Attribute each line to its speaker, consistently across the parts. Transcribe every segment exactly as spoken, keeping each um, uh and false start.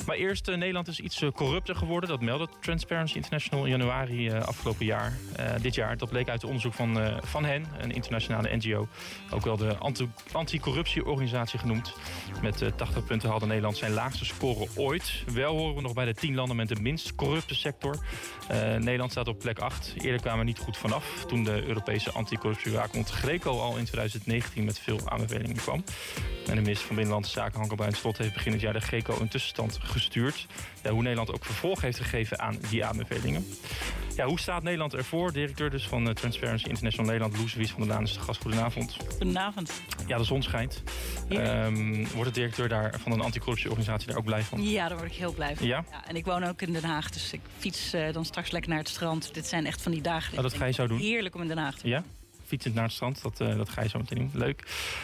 Speaker 1: Maar eerst, uh, Nederland is iets uh, corrupter geworden. Dat meldde Transparency International in januari uh, afgelopen jaar. Uh, dit jaar. Dat bleek uit het onderzoek van, uh, van hen, een internationale N G O. Ook wel de anti- anticorruptieorganisatie genoemd. Met uh, tachtig punten haalde Nederland zijn laagste score ooit. Wel horen we nog bij de tien landen met de minst corrupte sector. Uh, Nederland staat op plek acht. Eerder kwamen we niet goed vanaf. Toen de Europese anticorruptiewaakhond Greco al in twintig negentien met veel aanbevelingen kwam. En de minister van Binnenlandse Zaken, Hanke Bruins-Slot, heeft begin het jaar de Greco een tussenstand gestuurd. Ja, hoe Nederland ook vervolg heeft gegeven aan die aanbevelingen. Ja, hoe staat Nederland ervoor? Directeur dus van Transparency International Nederland, Loes Wies van der Laan, is de gast. Goedenavond.
Speaker 2: Goedenavond.
Speaker 1: Ja, de zon schijnt. Um, wordt de directeur daar van een anticorruptieorganisatie daar ook blij van?
Speaker 2: Ja, daar word ik heel blij van.
Speaker 1: Ja?
Speaker 2: Ja, en ik woon ook in Den Haag, dus ik fiets uh, dan straks lekker naar het strand. Dit zijn echt van die dagen.
Speaker 1: Oh, dat ga je zo doen?
Speaker 2: Heerlijk om in Den Haag te doen.
Speaker 1: Ja? Fietsend naar het strand, dat, uh, dat ga je zo meteen doen. Leuk.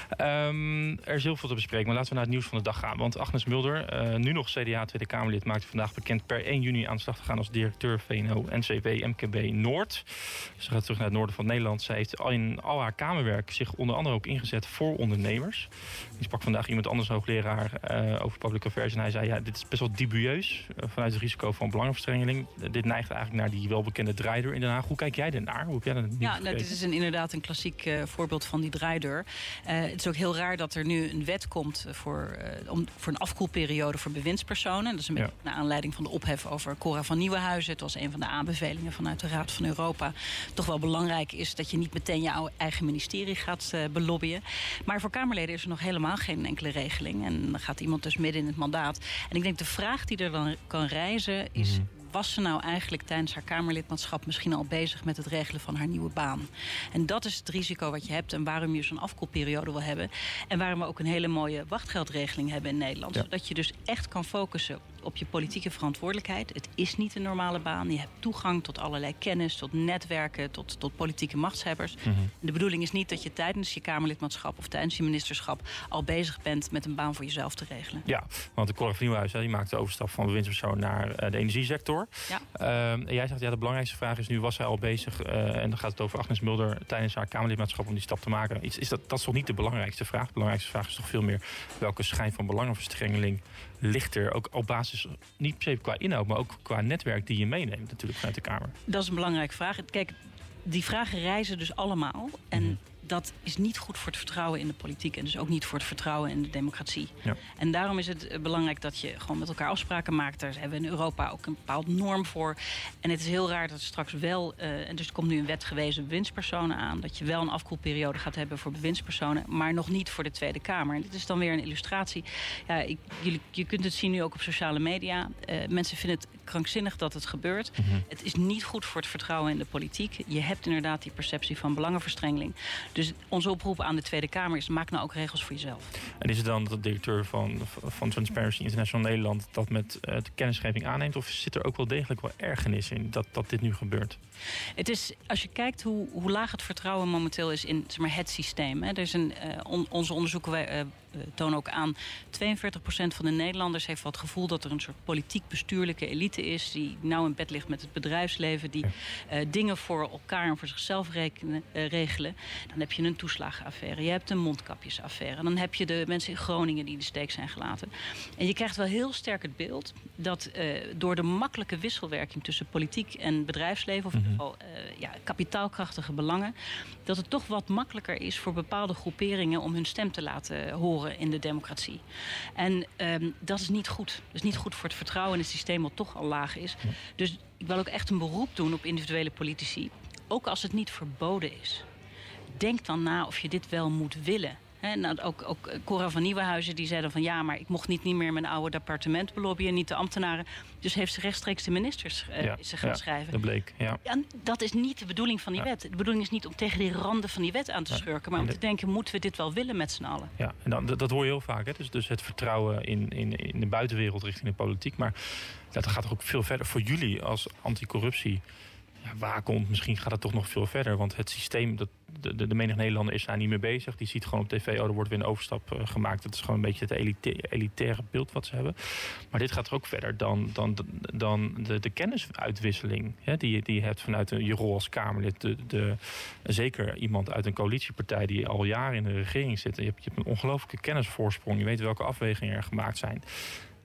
Speaker 1: Um, er is heel veel te bespreken, maar laten we naar het nieuws van de dag gaan. Want Agnes Mulder, uh, nu nog C D A Tweede Kamerlid, maakte vandaag bekend per één juni aan de slag te gaan als directeur V N O N C W M K B Noord. Ze gaat terug naar het noorden van Nederland. Zij heeft in al haar kamerwerk zich onder andere ook ingezet voor ondernemers. Die sprak vandaag iemand anders, hoogleraar, uh, over public affairs. En hij zei, ja, dit is best wel dubieus uh, vanuit het risico van belangenverstrengeling. Uh, dit neigt eigenlijk naar die welbekende draaideur in Den Haag. Hoe kijk jij ernaar? Hoe heb jij dat nieuws
Speaker 2: Ja, nou, dit is een, inderdaad een klassiek uh, voorbeeld van die draaideur. Uh, het is ook heel raar dat er nu een wet komt voor, uh, om, voor een afkoelperiode voor bewindspersonen. Dat is een beetje ja. naar aanleiding van de ophef over Cora van Nieuwenhuizen. Het was een van de aanbevelingen vanuit de Raad van Europa. Toch wel belangrijk is dat je niet meteen je eigen ministerie gaat uh, belobbyen. Maar voor Kamerleden is er nog helemaal geen enkele regeling. En dan gaat iemand dus midden in het mandaat. En ik denk de vraag die er dan kan rijzen is... Mm-hmm. Was ze nou eigenlijk tijdens haar Kamerlidmaatschap misschien al bezig met het regelen van haar nieuwe baan? En dat is het risico wat je hebt en waarom je zo'n afkoelperiode wil hebben. En waarom we ook een hele mooie wachtgeldregeling hebben in Nederland. Ja. Zodat je dus echt kan focussen op je politieke verantwoordelijkheid. Het is niet een normale baan. Je hebt toegang tot allerlei kennis, tot netwerken, tot, tot politieke machtshebbers. Mm-hmm. De bedoeling is niet dat je tijdens je Kamerlidmaatschap of tijdens je ministerschap al bezig bent met een baan voor jezelf te regelen.
Speaker 1: Ja, want de Cora van Nieuwenhuizen die maakt de overstap van bewindspersoon naar uh, de energiesector. Ja. Uh, en jij zegt, ja, de belangrijkste vraag is nu, was zij al bezig, uh, en dan gaat het over Agnes Mulder tijdens haar Kamerlidmaatschap om die stap te maken. Is, is dat, dat is toch niet de belangrijkste vraag? De belangrijkste vraag is toch veel meer welke schijn van belangenverstrengeling ligt er, ook op basis, niet per se qua inhoud, maar ook qua netwerk die je meeneemt natuurlijk vanuit de Kamer.
Speaker 2: Dat is een belangrijke vraag. Kijk, die vragen rijzen dus allemaal. En mm-hmm. dat is niet goed voor het vertrouwen in de politiek en dus ook niet voor het vertrouwen in de democratie. Ja. En daarom is het belangrijk dat je gewoon met elkaar afspraken maakt. Daar hebben we in Europa ook een bepaald norm voor. En het is heel raar dat er straks wel, uh, en dus er komt nu een wetgewezen bewindspersonen aan, dat je wel een afkoelperiode gaat hebben voor bewindspersonen, maar nog niet voor de Tweede Kamer. En dit is dan weer een illustratie. Ja, ik, jullie, je kunt het zien nu ook op sociale media. Uh, mensen vinden het krankzinnig dat het gebeurt. Mm-hmm. Het is niet goed voor het vertrouwen in de politiek. Je hebt inderdaad die perceptie van belangenverstrengeling. Dus onze oproep aan de Tweede Kamer is, maak nou ook regels voor jezelf.
Speaker 1: En is het dan dat de directeur van, van Transparency International Nederland dat met uh, de kennisgeving aanneemt? Of zit er ook wel degelijk wel ergernis in dat, dat dit nu gebeurt?
Speaker 2: Het is, als je kijkt hoe, hoe laag het vertrouwen momenteel is in zeg maar, het systeem. Hè. Er is een, uh, on, onze onderzoeken wij, uh, tonen ook aan, tweeënveertig procent van de Nederlanders heeft wel het gevoel dat er een soort politiek-bestuurlijke elite is die nauw in bed ligt met het bedrijfsleven, die ja. uh, dingen voor elkaar en voor zichzelf rekenen, uh, regelen. Dan heb je een toeslagenaffaire, je hebt een mondkapjesaffaire, dan heb je de mensen in Groningen die in de steek zijn gelaten. En je krijgt wel heel sterk het beeld dat uh, door de makkelijke wisselwerking tussen politiek en bedrijfsleven, of in ieder geval uh, ja, kapitaalkrachtige belangen, dat het toch wat makkelijker is voor bepaalde groeperingen om hun stem te laten horen in de democratie. En um, dat is niet goed. Dat is niet goed voor het vertrouwen in het systeem wat toch al laag is. Ja. Dus ik wil ook echt een beroep doen op individuele politici, ook als het niet verboden is. Denk dan na of je dit wel moet willen. He, nou, ook, ook Cora van Nieuwenhuizen die zei dan van ja, maar ik mocht niet, niet meer mijn oude departement belobbyen, niet de ambtenaren. Dus heeft ze rechtstreeks de ministers uh, ja, ze gaan
Speaker 1: ja,
Speaker 2: schrijven.
Speaker 1: Dat bleek, ja.
Speaker 2: Ja, dat is niet de bedoeling van die ja. wet. De bedoeling is niet om tegen die randen van die wet aan te schurken, maar om te denken, moeten we dit wel willen met z'n allen?
Speaker 1: Ja, en dan, dat hoor je heel vaak. Hè? Dus, dus het vertrouwen in, in, in de buitenwereld richting de politiek. Maar dat gaat toch ook veel verder. Voor jullie als anticorruptie ja, waakhond, misschien gaat het toch nog veel verder. Want het systeem, dat, de, de, de menig Nederlander is daar niet mee bezig. Die ziet gewoon op tv, oh, er wordt weer een overstap uh, gemaakt. Dat is gewoon een beetje het elite, elitaire beeld wat ze hebben. Maar dit gaat er ook verder dan, dan, dan de, de kennisuitwisseling. Hè, die, die je hebt vanuit de, je rol als Kamerlid. De, de, zeker iemand uit een coalitiepartij die al jaren in de regering zit. Je hebt, je hebt een ongelooflijke kennisvoorsprong. Je weet welke afwegingen er gemaakt zijn.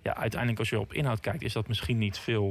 Speaker 1: ja, uiteindelijk als je op inhoud kijkt, is dat misschien niet veel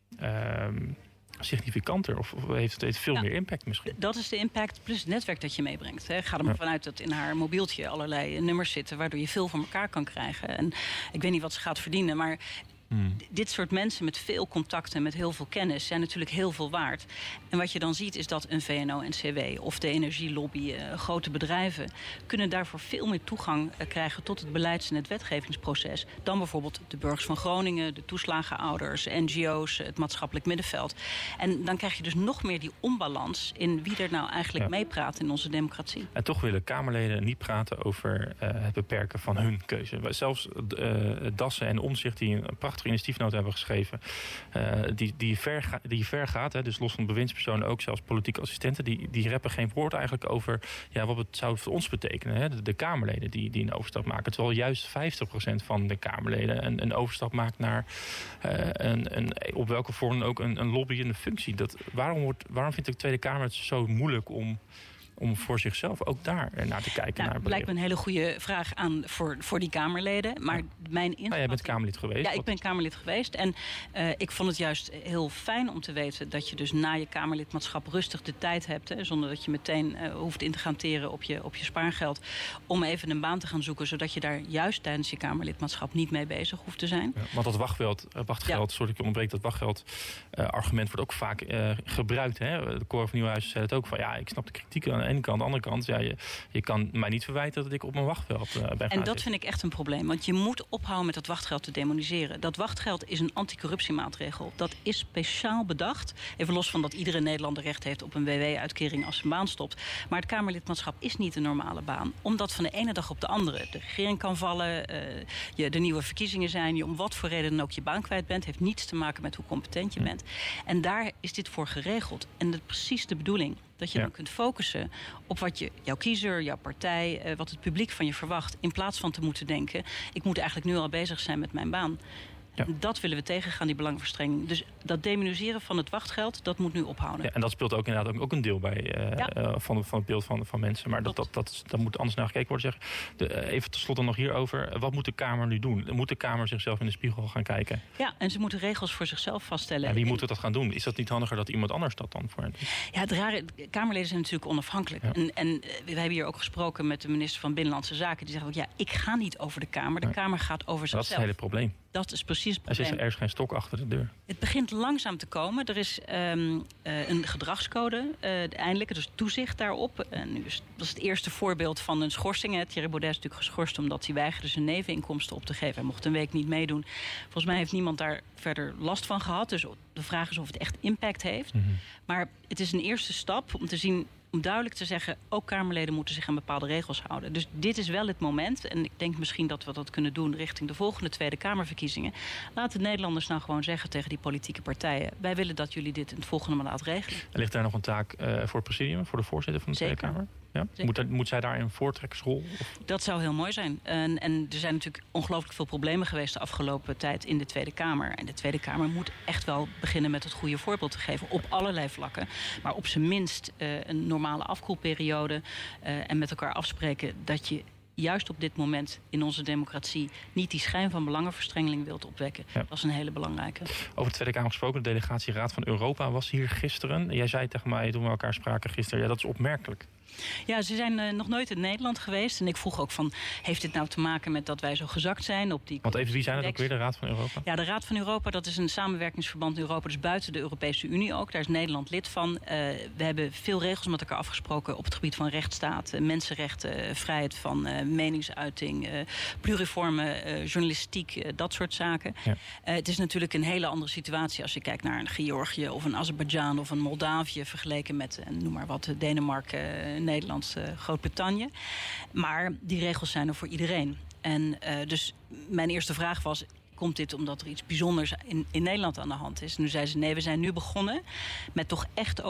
Speaker 1: Uh, significanter of heeft het heeft veel ja, meer impact misschien?
Speaker 2: Dat is de impact plus het netwerk dat je meebrengt. Hè. Ga er maar ja. vanuit dat in haar mobieltje allerlei nummers zitten waardoor je veel van elkaar kan krijgen. En ik weet niet wat ze gaat verdienen, maar Hmm. dit soort mensen met veel contacten en met heel veel kennis zijn natuurlijk heel veel waard. En wat je dan ziet is dat een V N O N C W of de energielobby, uh, grote bedrijven, kunnen daarvoor veel meer toegang uh, krijgen tot het beleids- en het wetgevingsproces dan bijvoorbeeld de burgers van Groningen, de toeslagenouders, N G O's, het maatschappelijk middenveld. En dan krijg je dus nog meer die onbalans in wie er nou eigenlijk ja. meepraat in onze democratie.
Speaker 1: En toch willen Kamerleden niet praten over uh, het beperken van hun keuze. Zelfs uh, Dassen en Omtzigt die een prachtig initiatiefnota hebben geschreven, uh, die, die, ver ga, die ver gaat, hè, dus los van bewindspersonen ook zelfs politieke assistenten, die, die reppen geen woord eigenlijk over ja, wat het zou voor ons betekenen. Hè, de, de Kamerleden die, die een overstap maken. Terwijl juist vijftig procent van de Kamerleden een, een overstap maakt naar uh, een, een, op welke vorm dan ook een, een lobbyende functie. Dat, waarom, wordt, waarom vindt de Tweede Kamer het zo moeilijk om om voor zichzelf ook daar naar te kijken?
Speaker 2: Nou,
Speaker 1: naar
Speaker 2: lijkt me een hele goede vraag aan voor, voor die Kamerleden. Maar ja. mijn inschatting...
Speaker 1: Nou, jij bent Kamerlid geweest.
Speaker 2: Ja, ik ben Kamerlid geweest. En uh, ik vond het juist heel fijn om te weten dat je dus na je Kamerlidmaatschap rustig de tijd hebt, hè, zonder dat je meteen uh, hoeft in te gaan teren op je, op je spaargeld, om even een baan te gaan zoeken, zodat je daar juist tijdens je Kamerlidmaatschap niet mee bezig hoeft te zijn.
Speaker 1: Ja, want dat wachtgeld, wachtgeld ja. sorry ik onderbreek, dat wachtgeld uh, argument wordt ook vaak uh, gebruikt. Hè? De Cor van Nieuwhuizen zei het ook van ja, ik snap de kritiek aan de ene kant, aan de andere kant, ja, je, je kan mij niet verwijten dat ik op mijn wachtgeld uh, ben gaan
Speaker 2: En dat vind ik echt een probleem. Want je moet ophouden met dat wachtgeld te demoniseren. Dat wachtgeld is een anticorruptiemaatregel. Dat is speciaal bedacht. Even los van dat iedere Nederlander recht heeft op een W W-uitkering als zijn baan stopt. Maar het Kamerlidmaatschap is niet een normale baan. Omdat van de ene dag op de andere de regering kan vallen, uh, je de nieuwe verkiezingen zijn, je om wat voor reden dan ook je baan kwijt bent. Heeft niets te maken met hoe competent je bent. En daar is dit voor geregeld. En dat is precies de bedoeling. Dat je ja. dan kunt focussen op wat je, jouw kiezer, jouw partij, uh, wat het publiek van je verwacht. In plaats van te moeten denken, ik moet eigenlijk nu al bezig zijn met mijn baan. Ja. Dat willen we tegengaan, die belangenverstrengeling. Dus dat demoniseren van het wachtgeld, dat moet nu ophouden.
Speaker 1: Ja, en dat speelt ook inderdaad ook, ook een deel bij uh, ja. uh, van, van het beeld van, van mensen. Maar dat, dat, dat, dat moet anders naar gekeken worden. Zeg. De, uh, even tot slot dan nog hierover. Wat moet de Kamer nu doen? Moet de Kamer zichzelf in de spiegel gaan kijken?
Speaker 2: Ja, en ze moeten regels voor zichzelf vaststellen.
Speaker 1: En wie en... moet dat gaan doen? Is dat niet handiger dat iemand anders dat dan voor hen doet?
Speaker 2: Ja, het rare, Kamerleden zijn natuurlijk onafhankelijk. Ja. En, en uh, we hebben hier ook gesproken met de minister van Binnenlandse Zaken. Die zegt ook, ja, ik ga niet over de Kamer. De nee. Kamer gaat over zichzelf.
Speaker 1: Dat is het hele probleem.
Speaker 2: Dat is precies het probleem.
Speaker 1: Er is, er is geen stok achter de deur.
Speaker 2: Het begint langzaam te komen. Er is um, uh, een gedragscode, uh, eindelijk. Dus toezicht daarop. En nu is, dat is het eerste voorbeeld van een schorsing. Hè. Thierry Baudet is natuurlijk geschorst omdat hij weigerde zijn neveninkomsten op te geven. Hij mocht een week niet meedoen. Volgens mij heeft niemand daar verder last van gehad. Dus de vraag is of het echt impact heeft. Mm-hmm. Maar het is een eerste stap om te zien, om duidelijk te zeggen, ook Kamerleden moeten zich aan bepaalde regels houden. Dus dit is wel het moment. En ik denk misschien dat we dat kunnen doen richting de volgende Tweede Kamerverkiezingen. Laten de Nederlanders nou gewoon zeggen tegen die politieke partijen, wij willen dat jullie dit in het volgende mandaat regelen.
Speaker 1: En ligt daar nog een taak uh, voor het presidium, voor de voorzitter van de
Speaker 2: Zeker.
Speaker 1: Tweede Kamer? Ja? Moet, er, moet zij daar een voortrekkersrol? Of?
Speaker 2: Dat zou heel mooi zijn. En, en er zijn natuurlijk ongelooflijk veel problemen geweest de afgelopen tijd in de Tweede Kamer. En de Tweede Kamer moet echt wel beginnen met het goede voorbeeld te geven op allerlei vlakken. Maar op zijn minst uh, een normale afkoelperiode uh, en met elkaar afspreken dat je juist op dit moment in onze democratie niet die schijn van belangenverstrengeling wilt opwekken. Ja. Dat is een hele belangrijke.
Speaker 1: Over de Tweede Kamer gesproken, de delegatie Raad van Europa was hier gisteren. Jij zei tegen mij toen we elkaar spraken gisteren, ja, dat is opmerkelijk.
Speaker 2: Ja, ze zijn uh, nog nooit in Nederland geweest. En ik vroeg ook van, heeft dit nou te maken met dat wij zo gezakt zijn op die...
Speaker 1: Want even, wie zijn het ook weer, de Raad van Europa?
Speaker 2: Ja, de Raad van Europa, dat is een samenwerkingsverband in Europa, dus buiten de Europese Unie ook. Daar is Nederland lid van. Uh, we hebben veel regels met elkaar afgesproken op het gebied van rechtsstaat, uh, mensenrechten, uh, vrijheid van uh, meningsuiting, uh, pluriforme uh, journalistiek, uh, dat soort zaken. Ja. Uh, het is natuurlijk een hele andere situatie als je kijkt naar een Georgië of een Azerbeidzjan of een Moldavië vergeleken met, uh, noem maar wat, Denemarken, uh, Nederland, uh, Groot-Brittannië. Maar die regels zijn er voor iedereen. En uh, dus mijn eerste vraag was, komt dit omdat er iets bijzonders in, in Nederland aan de hand is? En nu zei ze, nee, we zijn nu begonnen met toch echt ook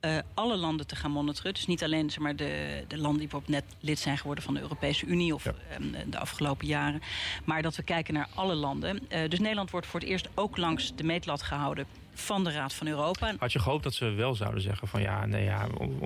Speaker 2: uh, alle landen te gaan monitoren. Dus niet alleen zeg maar, de, de landen die bijvoorbeeld net lid zijn geworden van de Europese Unie of ja. um, de afgelopen jaren. Maar dat we kijken naar alle landen. Uh, dus Nederland wordt voor het eerst ook langs de meetlat gehouden van de Raad van Europa.
Speaker 1: Had je gehoopt dat ze wel zouden zeggen van ja, nee ja,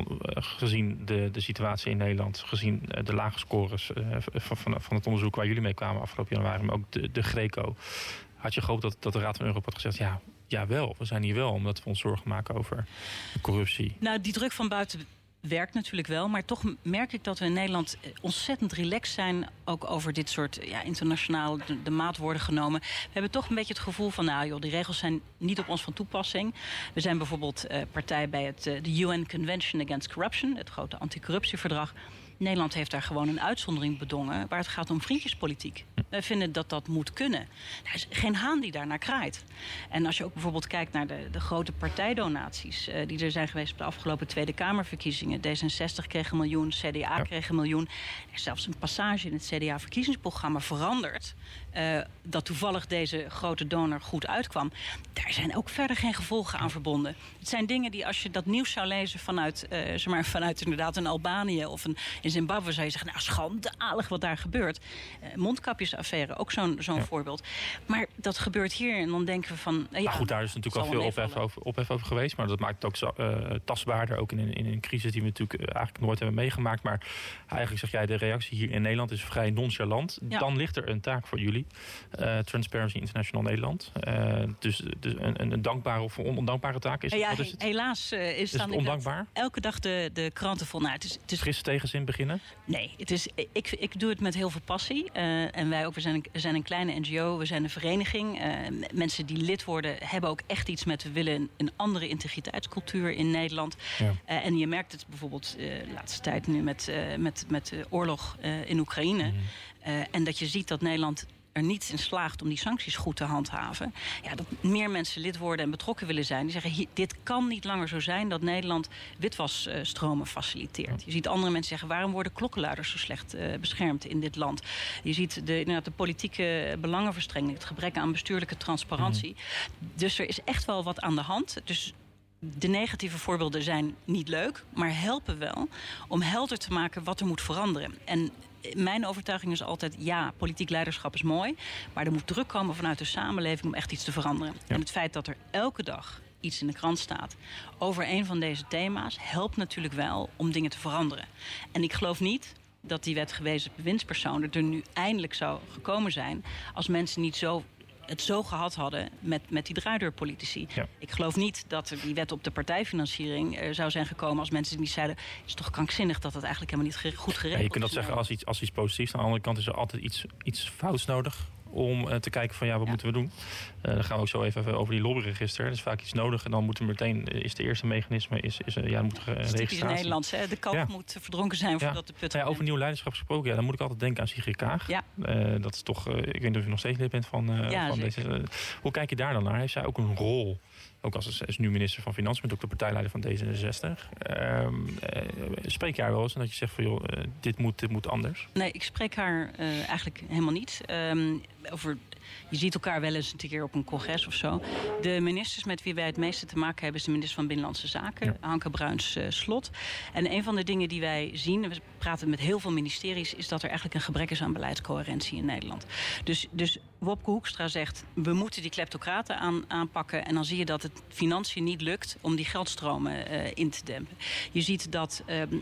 Speaker 1: gezien de, de situatie in Nederland, gezien de lage scores uh, van, van het onderzoek waar jullie mee kwamen afgelopen januari, maar ook de, de Greco. Had je gehoopt dat, dat de Raad van Europa had gezegd ja, ja wel, we zijn hier wel omdat we ons zorgen maken over corruptie.
Speaker 2: Nou, die druk van buiten werkt natuurlijk wel, maar toch merk ik dat we in Nederland ontzettend relaxed zijn, ook over dit soort ja, internationaal de, de maat worden genomen. We hebben toch een beetje het gevoel van, nou joh, die regels zijn niet op ons van toepassing. We zijn bijvoorbeeld uh, partij bij het uh, de U N Convention Against Corruption, het grote anticorruptieverdrag. Nederland heeft daar gewoon een uitzondering bedongen waar het gaat om vriendjespolitiek. Wij vinden dat dat moet kunnen. Er is geen haan die daarnaar kraait. En als je ook bijvoorbeeld kijkt naar de, de grote partijdonaties uh, die er zijn geweest op de afgelopen Tweede Kamerverkiezingen. D zesenzestig kreeg een miljoen, C D A ja. kreeg een miljoen. Er is zelfs een passage in het C D A-verkiezingsprogramma veranderd. Uh, dat toevallig deze grote donor goed uitkwam. Daar zijn ook verder geen gevolgen aan verbonden. Het zijn dingen die als je dat nieuws zou lezen vanuit, uh, zeg maar, vanuit inderdaad een Albanië of een, in Zimbabwe zou je zeggen, nou schandalig wat daar gebeurt. Uh, mondkapjesaffaire, ook zo'n, zo'n ja. voorbeeld. Maar dat gebeurt hier en dan denken we van... Uh, ja,
Speaker 1: maar goed, daar is natuurlijk al veel ophef over, ophef over geweest. Maar dat maakt het ook zo, uh, tastbaarder, ook in een, in een crisis die we natuurlijk uh, eigenlijk nooit hebben meegemaakt. Maar eigenlijk zeg jij, de reactie hier in Nederland is vrij nonchalant. Ja. Dan ligt er een taak voor jullie. Uh, Transparency International Nederland. Uh, dus dus een, een dankbare of een ondankbare taak is het?
Speaker 2: Ja,
Speaker 1: Wat is het?
Speaker 2: Helaas uh, is,
Speaker 1: is het ondankbaar?
Speaker 2: Elke dag de, de kranten vol. Nou, het is, het is...
Speaker 1: Frisse tegenzin beginnen?
Speaker 2: Nee, het is, ik, ik doe het met heel veel passie. Uh, en wij ook, we zijn, een, we zijn een kleine N G O, we zijn een vereniging. Uh, mensen die lid worden hebben ook echt iets met... we willen een, een andere integriteitscultuur in Nederland. Ja. Uh, en je merkt het bijvoorbeeld uh, de laatste tijd nu met, uh, met, met de oorlog uh, in Oekraïne. Mm. Uh, en dat je ziet dat Nederland er niet in slaagt om die sancties goed te handhaven. Ja, dat meer mensen lid worden en betrokken willen zijn. Die zeggen, hier, dit kan niet langer zo zijn dat Nederland witwasstromen faciliteert. Je ziet andere mensen zeggen, waarom worden klokkenluiders zo slecht uh, beschermd in dit land? Je ziet de, inderdaad, de politieke belangenverstrengeling, het gebrek aan bestuurlijke transparantie. Mm-hmm. Dus er is echt wel wat aan de hand. Dus de negatieve voorbeelden zijn niet leuk, maar helpen wel om helder te maken wat er moet veranderen. En mijn overtuiging is altijd, ja, politiek leiderschap is mooi, maar er moet druk komen vanuit de samenleving om echt iets te veranderen. Ja. En het feit dat er elke dag iets in de krant staat over een van deze thema's helpt natuurlijk wel om dingen te veranderen. En ik geloof niet dat die wetgewezen bewindspersonen er nu eindelijk zou gekomen zijn als mensen niet zo het zo gehad hadden met, met die draaideurpolitici. Ja. Ik geloof niet dat er die wet op de partijfinanciering uh, zou zijn gekomen als mensen die zeiden, het is toch krankzinnig dat dat eigenlijk helemaal niet ge- goed geregeld is. Ja,
Speaker 1: je kunt dat zeggen als iets, als iets positiefs. Aan de andere kant is er altijd iets, iets fouts nodig om uh, te kijken van ja, wat ja. moeten we doen? Uh, dan gaan we ook zo even over die lobbyregister. Er is vaak iets nodig en dan moeten we meteen, is de eerste mechanisme, is, is, uh, ja, dan moet er uh, registratie.
Speaker 2: Het is Nederlands, hè? De kalf ja. moet verdronken zijn voordat ja. de put...
Speaker 1: Nou ja, over nieuw leiderschap gesproken, ja, dan moet ik altijd denken aan Sigrid Kaag. Ja. Uh, dat is toch, uh, ik weet niet of je nog steeds lid bent van, uh,
Speaker 2: ja,
Speaker 1: van deze... Uh, hoe kijk je daar dan naar? Heeft zij ook een rol? Ook als ze is nu minister van Financiën, maar ook de partijleider van D zesenzestig. Uh, uh, spreek je haar wel eens en dat je zegt van joh, uh, dit, moet, dit moet anders?
Speaker 2: Nee, ik spreek haar uh, eigenlijk helemaal niet. Um, over, je ziet elkaar wel eens een keer op een congres of zo. De ministers met wie wij het meeste te maken hebben is de minister van Binnenlandse Zaken, ja. Hanke Bruins-Slot. En een van de dingen die wij zien, we praten met heel veel ministeries, is dat er eigenlijk een gebrek is aan beleidscoherentie in Nederland. Dus, dus Wopke Hoekstra zegt, we moeten die kleptocraten aan, aanpakken. En dan zie je dat het financiën niet lukt om die geldstromen uh, in te dempen. Je ziet dat uh, uh,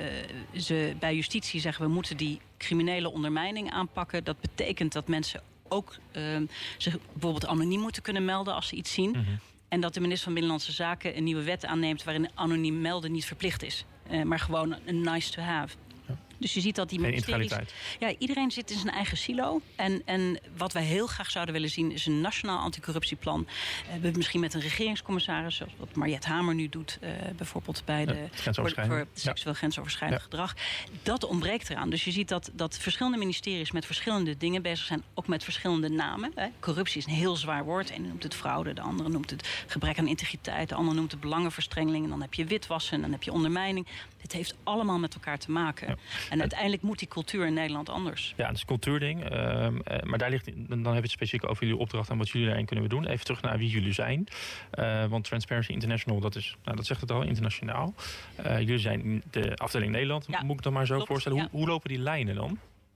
Speaker 2: ze bij justitie zeggen, we moeten die criminele ondermijning aanpakken. Dat betekent dat mensen ook uh, zich bijvoorbeeld anoniem moeten kunnen melden als ze iets zien. Mm-hmm. En dat de minister van Binnenlandse Zaken een nieuwe wet aanneemt waarin anoniem melden niet verplicht is. Uh, maar gewoon een nice to have. Dus je ziet dat die ministeries... Ja, iedereen zit in zijn eigen silo. En, en wat wij heel graag zouden willen zien is een nationaal anticorruptieplan. Uh, we misschien met een regeringscommissaris, zoals wat Mariette Hamer nu doet, uh, bijvoorbeeld bij de
Speaker 1: ja, voor,
Speaker 2: voor seksueel ja. grensoverschrijdend ja. gedrag. Dat ontbreekt eraan. Dus je ziet dat, dat verschillende ministeries met verschillende dingen bezig zijn, ook met verschillende namen. Hè. Corruptie is een heel zwaar woord. De ene noemt het fraude, de andere noemt het gebrek aan integriteit, de andere noemt het belangenverstrengeling. En dan heb je witwassen en dan heb je ondermijning. Het heeft allemaal met elkaar te maken. Ja. En uiteindelijk moet die cultuur in Nederland anders.
Speaker 1: Ja, dat is een cultuurding. Uh, uh, maar daar ligt, dan hebben we het specifiek over jullie opdracht en wat jullie daarin kunnen doen. Even terug naar wie jullie zijn. Uh, want Transparency International, dat is, nou, dat zegt het al, internationaal. Uh, jullie zijn de afdeling Nederland, ja, moet ik dan maar zo klopt, voorstellen. Ja. Hoe, hoe lopen die lijnen dan?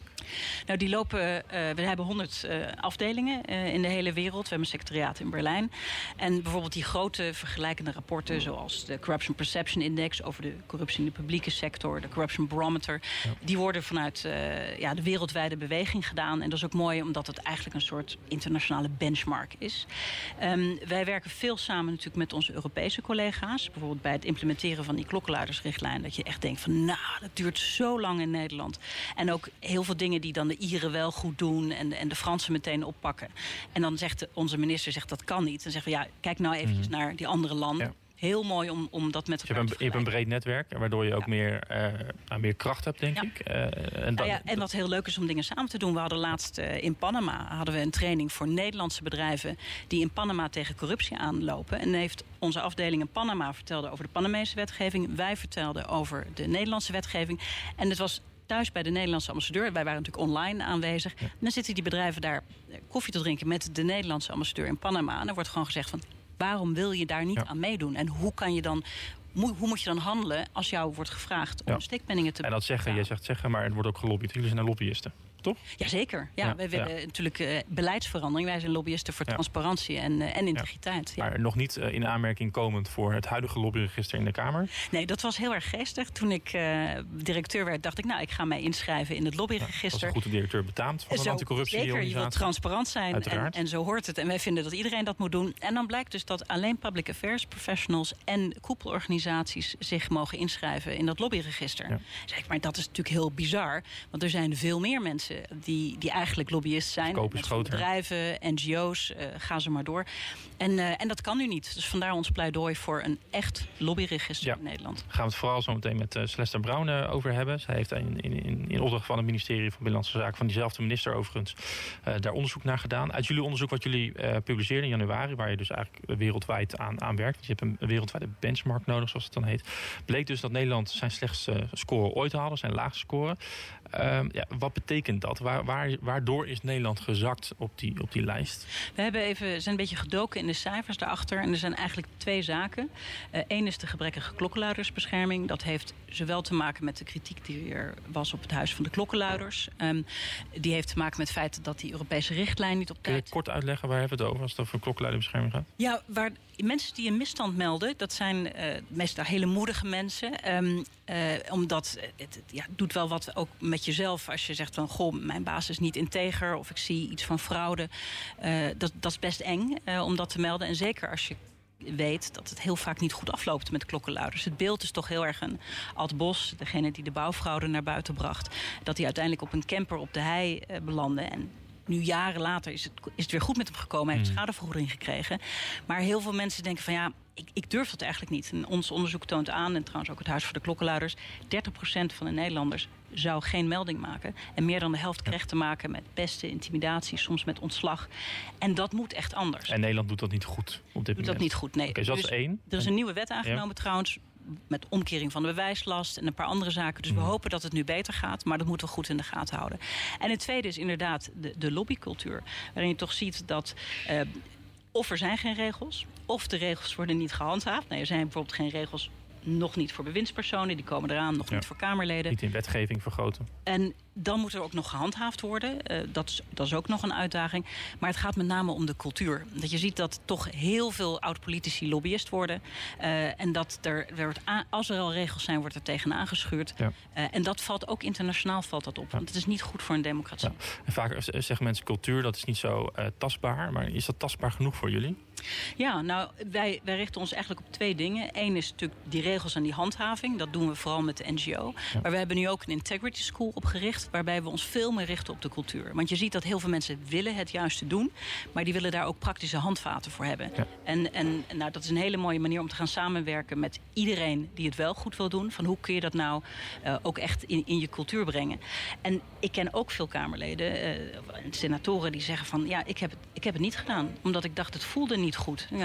Speaker 2: Nou, die lopen. Uh, we hebben honderd uh, afdelingen uh, in de hele wereld. We hebben een secretariaat in Berlijn. En bijvoorbeeld die grote vergelijkende rapporten, zoals de Corruption Perception Index over de corruptie in de publieke sector, de Corruption Barometer, ja, die worden vanuit uh, ja, de wereldwijde beweging gedaan. En dat is ook mooi, omdat het eigenlijk een soort internationale benchmark is. Um, wij werken veel samen natuurlijk met onze Europese collega's. Bijvoorbeeld bij het implementeren van die klokkenluidersrichtlijn. Dat je echt denkt van, nou, dat duurt zo lang in Nederland. En ook heel veel dingen die dan de Ieren wel goed doen en de, en de Fransen meteen oppakken. En dan zegt de, onze minister zegt dat kan niet. Dan zeggen we ja, kijk nou eventjes mm-hmm. naar die andere landen. Ja. Heel mooi om, om dat met elkaar
Speaker 1: je hebt een,
Speaker 2: te
Speaker 1: Je hebt een breed netwerk, waardoor je ook ja. meer, uh, nou, meer kracht hebt, denk ja. ik. Uh,
Speaker 2: en, dat, ja, en wat heel leuk is om dingen samen te doen. We hadden laatst uh, in Panama hadden we een training voor Nederlandse bedrijven die in Panama tegen corruptie aanlopen. En heeft onze afdeling in Panama vertelde over de Panamese wetgeving. Wij vertelden over de Nederlandse wetgeving. En het was thuis bij de Nederlandse ambassadeur. Wij waren natuurlijk online aanwezig. Ja. En dan zitten die bedrijven daar koffie te drinken met de Nederlandse ambassadeur in Panama. En dan wordt gewoon gezegd van, waarom wil je daar niet ja. aan meedoen? En hoe kan je dan, hoe moet je dan handelen als jou wordt gevraagd om ja. steekpenningen te
Speaker 1: betalen? En dat zeggen, je zegt zeggen, maar het wordt ook gelobbyd. Jullie zijn lobbyisten, toch?
Speaker 2: Jazeker. Ja, ja, wij willen ja. natuurlijk uh, beleidsverandering. Wij zijn lobbyisten voor ja. transparantie en, uh, en integriteit. Ja.
Speaker 1: Ja. Maar nog niet uh, in aanmerking komend voor het huidige lobbyregister in de Kamer?
Speaker 2: Nee, dat was heel erg geestig. Toen ik uh, directeur werd, dacht ik, nou, ik ga mij inschrijven in het lobbyregister. Ja, dat is
Speaker 1: een goede directeur betaamt van een anticorruptieorganisatie.
Speaker 2: Zeker, je wilt transparant zijn en, en zo hoort het. En wij vinden dat iedereen dat moet doen. En dan blijkt dus dat alleen public affairs professionals en koepelorganisaties zich mogen inschrijven in dat lobbyregister. Ja. Zeg ik, maar dat is natuurlijk heel bizar, want er zijn veel meer mensen Die, die eigenlijk lobbyist zijn. Met bedrijven, N G O's, uh, ga ze maar door. En, uh, en dat kan nu niet. Dus vandaar ons pleidooi voor een echt lobbyregister ja. in Nederland.
Speaker 1: Daar gaan we het vooral zo meteen met uh, Celeste Brown uh, over hebben. Zij heeft in, in, in opdracht van het ministerie van Binnenlandse Zaken, van diezelfde minister overigens, uh, daar onderzoek naar gedaan. Uit jullie onderzoek wat jullie uh, publiceerden in januari, waar je dus eigenlijk wereldwijd aan, aan werkt. Je hebt een, een wereldwijde benchmark nodig, zoals het dan heet. Bleek dus dat Nederland zijn slechtste uh, score ooit haalde, zijn laagste score. Uh, ja, wat betekent dat? Waar, waar, waardoor is Nederland gezakt op die, op die lijst?
Speaker 2: We hebben even, zijn een beetje gedoken in de cijfers daarachter. En er zijn eigenlijk twee zaken. Eén uh, is de gebrekkige klokkenluidersbescherming. Dat heeft zowel te maken met de kritiek die er was op het Huis van de Klokkenluiders. Um, die heeft te maken met het feit dat die Europese richtlijn niet op tijd...
Speaker 1: Kun je kort uitleggen, waar hebben we het over als het over klokkenluidersbescherming gaat?
Speaker 2: Ja, waar mensen die een misstand melden, dat zijn uh, meestal hele moedige mensen. Um, uh, omdat het, het ja, doet wel wat ook met jezelf. Als je zegt van, goh, mijn baas is niet integer of ik zie iets van fraude. Uh, dat, dat is best eng uh, om dat te melden. En zeker als je weet dat het heel vaak niet goed afloopt met klokkenluiders. Het beeld is toch heel erg een Ad Bos, degene die de bouwfraude naar buiten bracht, dat hij uiteindelijk op een camper op de hei uh, belandde. En nu jaren later is het, is het weer goed met hem gekomen. Hij heeft mm. schadevergoeding gekregen. Maar heel veel mensen denken van ja, ik, ik durf dat eigenlijk niet. En ons onderzoek toont aan, en trouwens ook het Huis voor de Klokkenluiders, dertig procent van de Nederlanders zou geen melding maken. En meer dan de helft kreeg te maken met pesten, intimidatie, soms met ontslag. En dat moet echt anders.
Speaker 1: En Nederland doet dat niet goed op dit
Speaker 2: doet
Speaker 1: moment?
Speaker 2: Doet dat niet goed, nee.
Speaker 1: Okay, dus dat is één.
Speaker 2: Er is een nieuwe wet aangenomen ja. trouwens, met omkering van de bewijslast en een paar andere zaken. Dus mm. we hopen dat het nu beter gaat, maar dat moeten we goed in de gaten houden. En het tweede is inderdaad de, de lobbycultuur. Waarin je toch ziet dat Uh, of er zijn geen regels, of de regels worden niet gehandhaafd. Nou, er zijn bijvoorbeeld geen regels, nog niet voor bewindspersonen, die komen eraan, nog ja. niet voor Kamerleden.
Speaker 1: Niet in wetgeving vergroten.
Speaker 2: En dan moet er ook nog gehandhaafd worden. Uh, dat, is, dat is ook nog een uitdaging. Maar het gaat met name om de cultuur. Dat je ziet dat toch heel veel oud-politici lobbyist worden. Uh, en dat er, er wordt a, als er al regels zijn, wordt er tegenaan geschuurd. Ja. Uh, en dat valt ook internationaal valt dat op. Ja. Want het is niet goed voor een democratie. Ja.
Speaker 1: En vaak zeggen mensen cultuur, dat is niet zo uh, tastbaar. Maar is dat tastbaar genoeg voor jullie?
Speaker 2: Ja, nou, wij, wij richten ons eigenlijk op twee dingen. Eén is natuurlijk die regels en die handhaving. Dat doen we vooral met de N G O. Ja. Maar we hebben nu ook een Integrity School opgericht, waarbij we ons veel meer richten op de cultuur. Want je ziet dat heel veel mensen willen het juiste doen, maar die willen daar ook praktische handvaten voor hebben. Ja. En, en nou, dat is een hele mooie manier om te gaan samenwerken met iedereen die het wel goed wil doen. Van hoe kun je dat nou uh, ook echt in, in je cultuur brengen. En ik ken ook veel Kamerleden, uh, senatoren die zeggen van ja, ik heb, het, ik heb het niet gedaan. Omdat ik dacht, het voelde niet goed. Nou,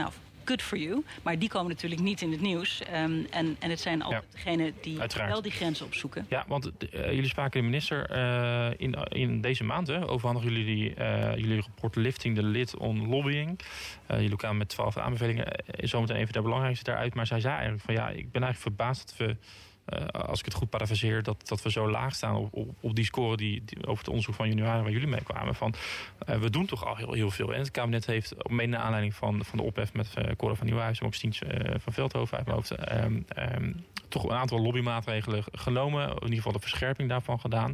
Speaker 2: good for you. Maar die komen natuurlijk niet in het nieuws. Um, en, en het zijn altijd ja. degenen die Uiteraard. wel die grenzen opzoeken.
Speaker 1: Ja, want uh, jullie spraken de minister uh, in, in deze maand. Hè, overhandigen jullie die, uh, jullie rapport Lifting the Lid on Lobbying. Uh, jullie kwamen met twaalf aanbevelingen. Uh, zometeen even de belangrijkste daaruit. Maar zij zei eigenlijk van ja, ik ben eigenlijk verbaasd dat we... Uh, als ik het goed parafraseer, dat, dat we zo laag staan op, op, op die score die, die over het onderzoek van januari waar jullie mee kwamen. Van, uh, we doen toch al heel, heel veel. En het kabinet heeft, mede naar aanleiding van, van de ophef met uh, Cora van Nieuwhuis en ook Stien uh, van Veldhoven uit mijn hoofd, um, um, toch een aantal lobbymaatregelen genomen. In ieder geval de verscherping daarvan gedaan.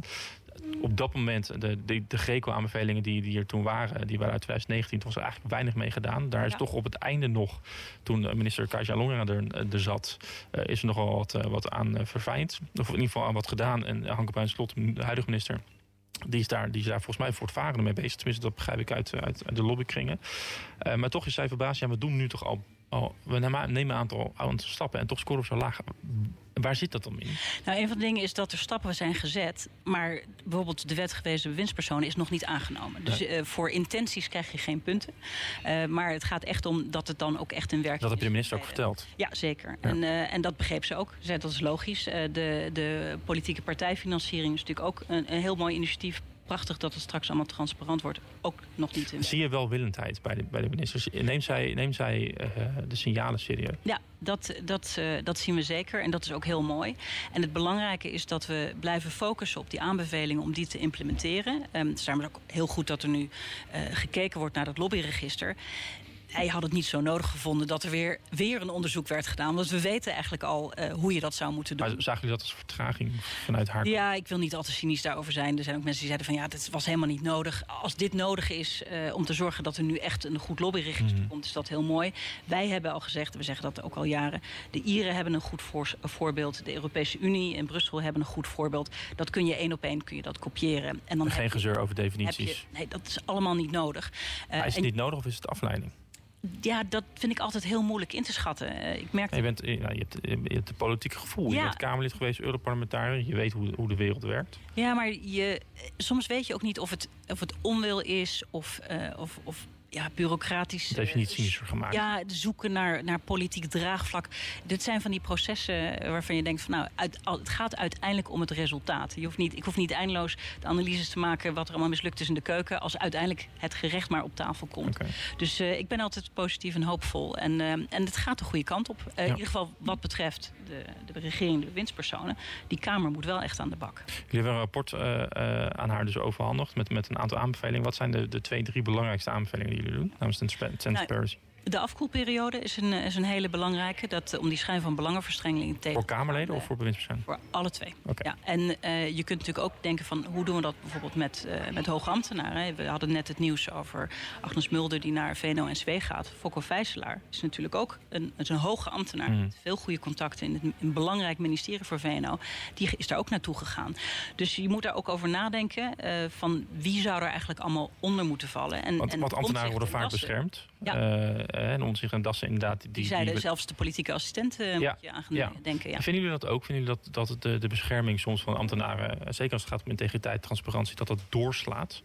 Speaker 1: Op dat moment, de, de, de Greco-aanbevelingen die, die er toen waren, die waren uit twintig negentien, toen was er eigenlijk weinig mee gedaan. Daar is ja. toch op het einde nog, toen minister Kaja Longera er, er zat, uh, is er nogal wat, uh, wat aan uh, verfijnd. Of in ieder geval aan wat gedaan. En Hanke Bruins-Slot, de huidige minister, die is, daar, die is daar volgens mij voortvarend mee bezig. Tenminste, dat begrijp ik uit, uit, uit de lobbykringen. Uh, maar toch is zij verbaasd, ja, we doen nu toch al, al we nemen een aantal, aantal stappen en toch scoren we zo laag. Waar zit dat dan in?
Speaker 2: Nou, een van de dingen is dat er stappen zijn gezet, maar bijvoorbeeld de wet gewezen bewindspersoon is nog niet aangenomen. Dus uh, voor intenties krijg je geen punten. Uh, maar het gaat echt om dat het dan ook echt in werking is.
Speaker 1: Dat heb je de minister ook verteld?
Speaker 2: Ja, zeker. Ja. En, uh, en dat begreep ze ook. Ze zei dat is logisch. Uh, de, de politieke partijfinanciering is natuurlijk ook een, een heel mooi initiatief. Prachtig dat het straks allemaal transparant wordt. Ook nog niet in.
Speaker 1: Zie je welwillendheid bij de, bij de ministers? Neemt zij, neemt zij uh, de signalen serieus?
Speaker 2: Ja, dat, dat, uh, dat zien we zeker. En dat is ook heel mooi. En het belangrijke is dat we blijven focussen op die aanbevelingen om die te implementeren. Um, het is daarom ook heel goed dat er nu uh, gekeken wordt naar dat lobbyregister. Hij had het niet zo nodig gevonden dat er weer, weer een onderzoek werd gedaan. Want we weten eigenlijk al uh, hoe je dat zou moeten doen.
Speaker 1: Maar zagen jullie dat als vertraging vanuit haar?
Speaker 2: Ja, ik wil niet al te cynisch daarover zijn. Er zijn ook mensen die zeiden van ja, dit was helemaal niet nodig. Als dit nodig is uh, om te zorgen dat er nu echt een goed lobbyregister mm. komt, is dat heel mooi. Wij hebben al gezegd, we zeggen dat ook al jaren, de Ieren hebben een goed voor, voorbeeld. De Europese Unie en Brussel hebben een goed voorbeeld. Dat kun je één op één kun je dat kopiëren. En dan
Speaker 1: en geen gezeur over definities?
Speaker 2: Je, nee, dat is allemaal niet nodig.
Speaker 1: Uh, is het niet nodig of is het afleiding?
Speaker 2: Ja, dat vind ik altijd heel moeilijk in te schatten. Uh, ik merk
Speaker 1: je, bent, ja, je, hebt, je hebt het politieke gevoel. Ja. Je bent Kamerlid geweest, Europarlementariër. Je weet hoe, hoe de wereld werkt.
Speaker 2: Ja, maar je, soms weet je ook niet of het, of het onwil is of... Uh, of, of ja, bureaucratisch...
Speaker 1: Het heeft je niet cynischer gemaakt.
Speaker 2: Ja, zoeken naar, naar politiek draagvlak. Dit zijn van die processen waarvan je denkt van nou, uit, het gaat uiteindelijk om het resultaat. Je hoeft niet, ik hoef niet eindeloos de analyses te maken wat er allemaal mislukt is in de keuken, als uiteindelijk het gerecht maar op tafel komt. Okay. Dus uh, ik ben altijd positief en hoopvol. En, uh, en het gaat de goede kant op. Uh, ja. In ieder geval wat betreft de, de regering, de bewindspersonen. Die Kamer moet wel echt aan de bak.
Speaker 1: Jullie hebben een rapport uh, uh, aan haar dus overhandigd met, met een aantal aanbevelingen. Wat zijn de, de twee, drie belangrijkste aanbevelingen die jullie doen namens Transparency?
Speaker 2: Nou, de afkoelperiode is een, is een hele belangrijke. Dat, om die schijn van belangenverstrengeling tegen.
Speaker 1: Voor Kamerleden of voor bewindspersonen?
Speaker 2: Voor alle twee.
Speaker 1: Okay.
Speaker 2: Ja, en uh, je kunt natuurlijk ook denken van hoe doen we dat bijvoorbeeld met, uh, met hoge ambtenaren. We hadden net het nieuws over Agnes Mulder die naar V N O N C W gaat. Fokko Vijzelaar is natuurlijk ook een, is een hoge ambtenaar. Mm. Met veel goede contacten in het, een belangrijk ministerie voor V N O. Die is daar ook naartoe gegaan. Dus je moet daar ook over nadenken uh, van wie zou er eigenlijk allemaal onder moeten vallen. En,
Speaker 1: want,
Speaker 2: en
Speaker 1: want ambtenaren worden vaak beschermd.
Speaker 2: Ja.
Speaker 1: Uh, en Omtzigt en Dassen inderdaad. Die,
Speaker 2: die zeiden
Speaker 1: die...
Speaker 2: zelfs de politieke assistenten
Speaker 1: ja.
Speaker 2: moet je aan gaan ja. denken. Ja.
Speaker 1: Vinden jullie dat ook? Vinden jullie dat, dat de, de bescherming soms van ambtenaren, zeker als het gaat om integriteit, transparantie, dat dat doorslaat?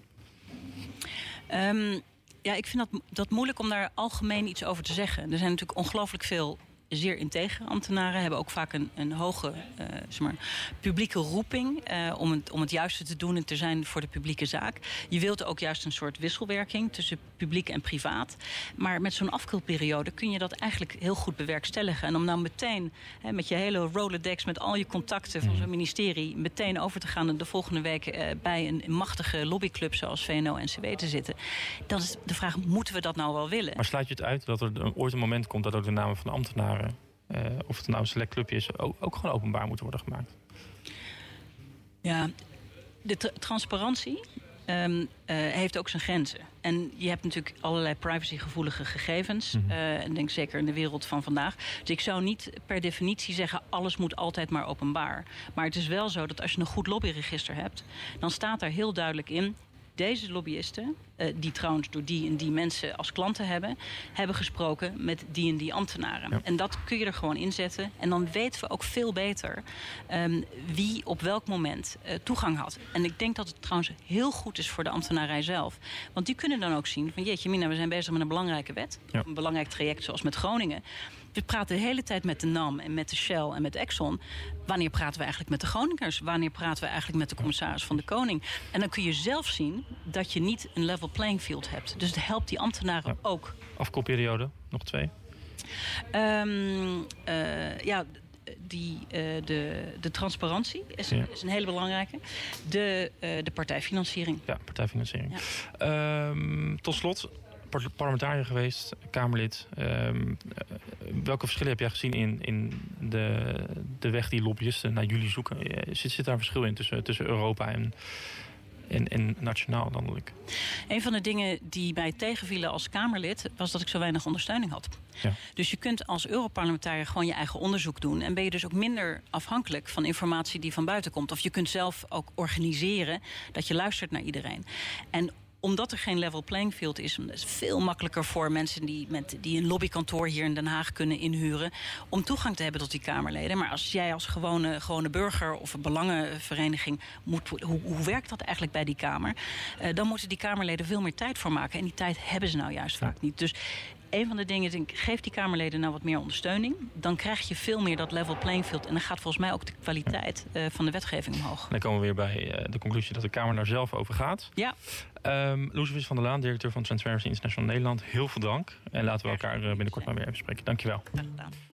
Speaker 2: Um, ja, ik vind dat, dat moeilijk om daar algemeen iets over te zeggen. Er zijn natuurlijk ongelooflijk veel zeer integere ambtenaren, hebben ook vaak een, een hoge uh, zeg maar, publieke roeping uh, om, het, om het juiste te doen en te zijn voor de publieke zaak. Je wilt ook juist een soort wisselwerking tussen publiek en privaat. Maar met zo'n afkoelperiode kun je dat eigenlijk heel goed bewerkstelligen. En om nou meteen hè, met je hele Rolodex, met al je contacten van zo'n ministerie, meteen over te gaan en de volgende week uh, bij een machtige lobbyclub zoals V N O N C W te zitten. Dan is de vraag, moeten we dat nou wel willen?
Speaker 1: Maar sluit je het uit dat er ooit een moment komt dat ook de namen van de ambtenaren, Uh, of het nou een select clubje is, ook, ook gewoon openbaar moeten worden gemaakt? Ja,
Speaker 2: de tra- transparantie um, uh, heeft ook zijn grenzen. En je hebt natuurlijk allerlei privacygevoelige gegevens. Mm-hmm. Uh, en denk zeker in de wereld van vandaag. Dus ik zou niet per definitie zeggen, alles moet altijd maar openbaar. Maar het is wel zo dat als je een goed lobbyregister hebt, dan staat daar heel duidelijk in, Deze lobbyisten, uh, die trouwens door die en die mensen als klanten hebben, hebben gesproken met die en die ambtenaren. Ja. En dat kun je er gewoon inzetten. En dan weten we ook veel beter um, wie op welk moment uh, toegang had. En ik denk dat het trouwens heel goed is voor de ambtenarij zelf. Want die kunnen dan ook zien van jeetje Mina, we zijn bezig met een belangrijke wet. Ja. Een belangrijk traject zoals met Groningen. We praten de hele tijd met de NAM en met de Shell en met Exxon. Wanneer praten we eigenlijk met de Groningers? Wanneer praten we eigenlijk met de commissaris van de Koning? En dan kun je zelf zien dat je niet een level playing field hebt. Dus het helpt die ambtenaren ja. ook.
Speaker 1: Afkoelperiode, nog twee?
Speaker 2: Um, uh, ja... Die, uh, de, de transparantie is, ja. is een hele belangrijke. De, uh, de partijfinanciering.
Speaker 1: Ja, partijfinanciering. Ja. Um, tot slot, parlementariër geweest, Kamerlid. Um, welke verschillen heb jij gezien in, in de, de weg die lobbyisten naar jullie zoeken? Zit, zit daar een verschil in tussen, tussen Europa en... En, en nationaal landelijk?
Speaker 2: Een van de dingen die mij tegenvielen als Kamerlid was dat ik zo weinig ondersteuning had. Ja. Dus je kunt als Europarlementariër gewoon je eigen onderzoek doen. En ben je dus ook minder afhankelijk van informatie die van buiten komt. Of je kunt zelf ook organiseren dat je luistert naar iedereen. En omdat er geen level playing field is, is het veel makkelijker voor mensen die, met, die een lobbykantoor hier in Den Haag kunnen inhuren om toegang te hebben tot die Kamerleden. Maar als jij als gewone, gewone burger of een belangenvereniging moet, hoe, hoe werkt dat eigenlijk bij die Kamer? Uh, dan moeten die Kamerleden veel meer tijd voor maken. En die tijd hebben ze nou juist vaak niet. Dus een van de dingen, denk ik, geef die Kamerleden nou wat meer ondersteuning. Dan krijg je veel meer dat level playing field. En dan gaat volgens mij ook de kwaliteit uh, van de wetgeving omhoog.
Speaker 1: Dan komen we weer bij uh, de conclusie dat de Kamer daar zelf over gaat.
Speaker 2: Ja.
Speaker 1: Um, Loes van der Laan, directeur van Transparency International Nederland. Heel veel dank. En laten we elkaar uh, binnenkort maar weer even spreken. Dankjewel.
Speaker 2: Graag gedaan.